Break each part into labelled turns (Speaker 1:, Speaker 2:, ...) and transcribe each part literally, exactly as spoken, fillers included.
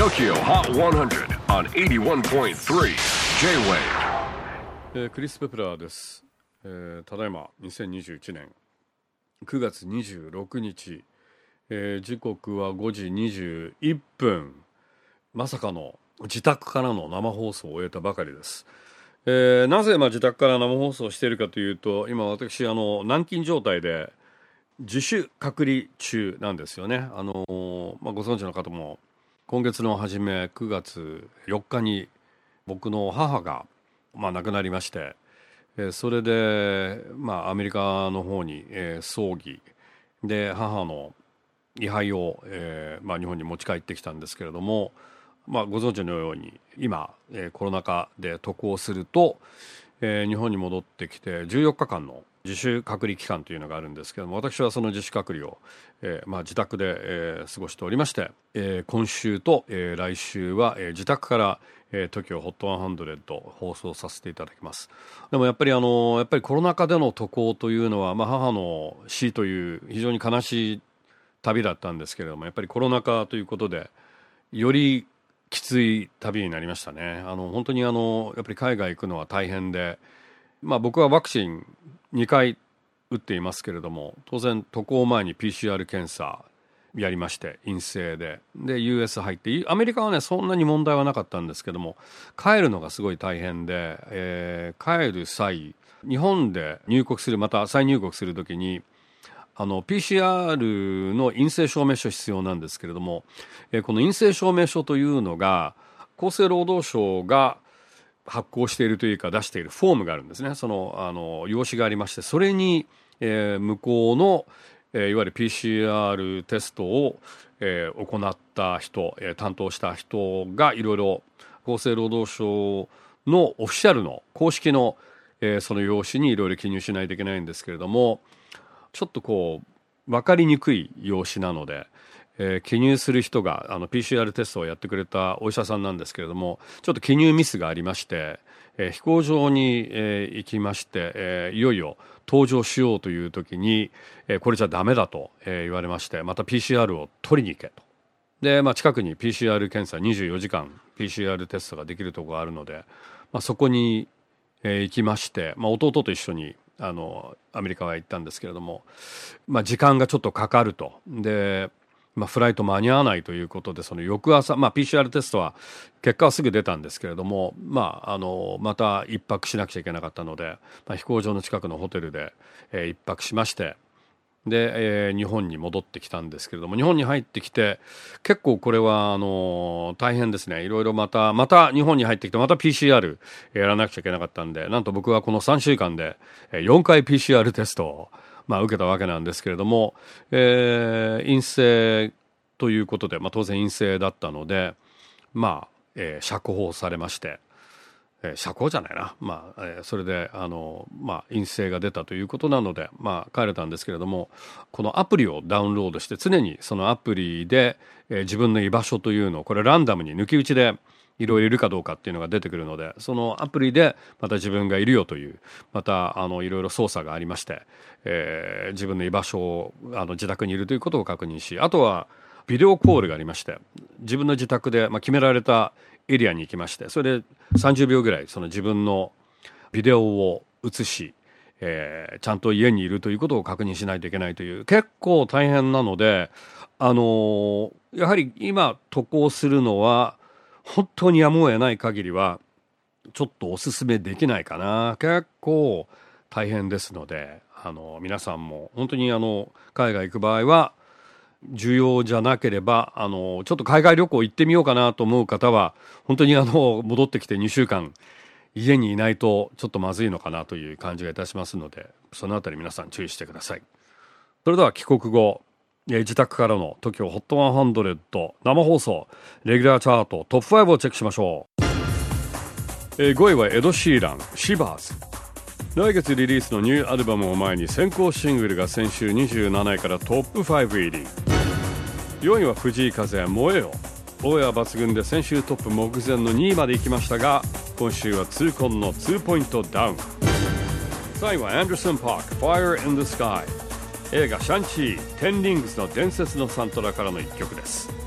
Speaker 1: トキオ ホット ひゃく on はちじゅういってんさん J-Wave、
Speaker 2: えー、クリス・ペプラーです、えー、ただいまにせんにじゅういちねんくがつにじゅうろくにち、えー、時刻はごじにじゅういっぷん。まさかの自宅からの生放送を終えたばかりです。えー、なぜまあ自宅から生放送をしているかというと、今私あの軟禁状態で自主隔離中なんですよね。あのーまあ、ご存知の方も今月の初めくがつよっかに僕の母が、まあ、亡くなりまして、えー、それで、まあ、アメリカの方に、えー、葬儀で母の位牌を、えーまあ、日本に持ち帰ってきたんですけれども、まあ、ご存知のように今、えー、コロナ禍で渡航すると、えー、日本に戻ってきてじゅうよっかかんの自主隔離期間というのがあるんですけども、私はその自主隔離を、えーまあ、自宅で、えー、過ごしておりまして、えー、今週と、えー、来週は、えー、自宅からえー、トキオ ホット ひゃく 放送させていただきます。でもやっぱりあのやっぱりコロナ禍での渡航というのは、まあ、母の死という非常に悲しい旅だったんですけれども、やっぱりコロナ禍ということでよりきつい旅になりましたね。あの本当にあのやっぱり海外行くのは大変で、まあ、僕はワクチンにかい打っていますけれども、当然渡航前に ピーシーアール 検査やりまして陰性で、で ユーエス 入って、アメリカはねそんなに問題はなかったんですけども、帰るのがすごい大変で、えー、帰る際日本で入国する、また再入国するときにあの ピーシーアール の陰性証明書必要なんですけれども、えー、この陰性証明書というのが厚生労働省が発行しているというか出しているフォームがあるんですね。そのあの用紙がありまして、それに、えー、向こうのえー、いわゆる ピーシーアール テストを、えー、行った人、えー、担当した人がいろいろ厚生労働省のオフィシャルの公式の、えー、その用紙にいろいろ記入しないといけないんですけれども、ちょっとこう分かりにくい用紙なので、えー、記入する人があの ピーシーアール テストをやってくれたお医者さんなんですけれども、ちょっと記入ミスがありまして、えー、飛行場に、えー、行きまして、えー、いよいよ搭乗しようという時に、えー、これじゃダメだと、えー、言われまして、また ピーシーアール を取りに行けと。で、まあ、近くに ピーシーアール 検査にじゅうよじかん ピーシーアール テストができるところがあるので、まあ、そこに、えー、行きまして、まあ、弟と一緒にあのアメリカは行ったんですけれども、まあ、時間がちょっとかかると。でまあ、フライト間に合わないということで、その翌朝、まあ、ピーシーアール テストは結果はすぐ出たんですけれども、まあ、あのまた一泊しなくちゃいけなかったので、まあ、飛行場の近くのホテルで、えー、一泊しまして、で、えー、日本に戻ってきたんですけれども、日本に入ってきて結構これはあの大変ですね。いろいろまたまた日本に入ってきてまた ピーシーアール やらなくちゃいけなかったんで、なんと僕はこのさんしゅうかんでよんかい ピーシーアール テストをまあ、受けたわけなんですけれども、えー、陰性ということで、まあ、当然陰性だったので、まあえー、釈放されまして、えー、釈放じゃないな、まあえー、それであの、まあ、陰性が出たということなので、まあ、帰れたんですけれども、このアプリをダウンロードして常にそのアプリで、えー、自分の居場所というのをこれランダムに抜き打ちでいろいろいるかどうかっていうのが出てくるので、そのアプリでまた自分がいるよというまたあのいろいろ操作がありまして、えー、自分の居場所をあの自宅にいるということを確認し、あとはビデオコールがありまして、自分の自宅で、まあ、決められたエリアに行きまして、それでさんじゅうびょうぐらいその自分のビデオを映し、えー、ちゃんと家にいるということを確認しないといけないという結構大変なので、あのー、やはり今渡航するのは本当にやむを得ない限りはちょっとおすすめできないかな。結構大変ですので、あの皆さんも本当にあの海外行く場合は重要じゃなければあのちょっと海外旅行行ってみようかなと思う方は本当にあの戻ってきてにしゅうかん家にいないとちょっとまずいのかなという感じがいたしますので、そのあたり皆さん注意してください。それでは帰国後えー、自宅からの トキオ ホット ひゃく 生放送レギュラーチャートトップファイブをチェックしましょう。えー、ごいはエド・シーランシバーズ。来月リリースのニューアルバムを前に先行シングルが先週にじゅうなないからトップファイブ入り。よんいは藤井風燃えよ。オーヤー抜群で先週トップ目前のにいまで行きましたが、今週は痛恨のにポイントダウン。さんいはアンダーソン・パーク Fire in the Sky。映画シャンチー・テンリングスの伝説のサントラからの一曲です。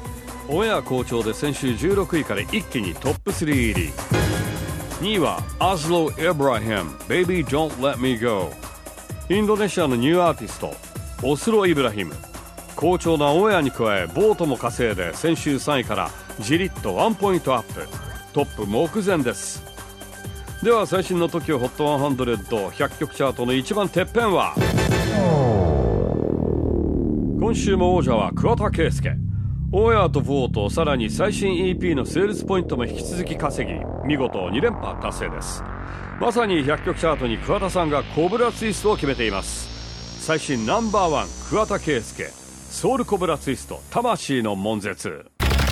Speaker 2: オンエア好調で先週じゅうろくいから一気にトップスリー入り。にいはアズロ・エブラヒム Baby Don't Let Me Go。 インドネシアのニューアーティストオスロ・イブラヒム、好調なオンエアに加えボートも稼いで先週さんいからじりっとワンポイントアップ、トップ目前です。では最新の トキオ ホットひゃくひゃくきょくチャートの一番てっぺんは、今週も王者は桑田佳祐。オンエアとボート、さらに最新 イーピー のセールスポイントも引き続き稼ぎ、見事に連覇達成です。まさにひゃくきょくチャートに桑田さんがコブラツイストを決めています。最新ナンバーワン桑田佳祐、ソウルコブラツイスト魂の悶絶。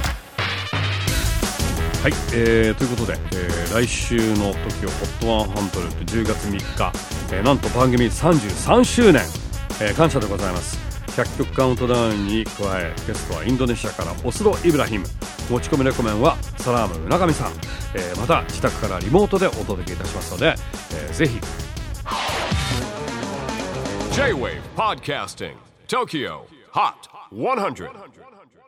Speaker 2: はい、えー、ということで、えー、来週の トキオ ホットひゃくじゅうがつみっか、えー、なんと番組さんじゅうさんしゅうねん、えー、感謝でございます。ひゃっきょくカウントダウンに加え、ゲストはインドネシアからオスロ・イブラヒム、持ち込みレコメンはサラーム・村上さん、えー、また自宅からリモートでお届けいたしますので、えー、ぜひ
Speaker 1: J-Wave Podcasting トキオ ホットひゃく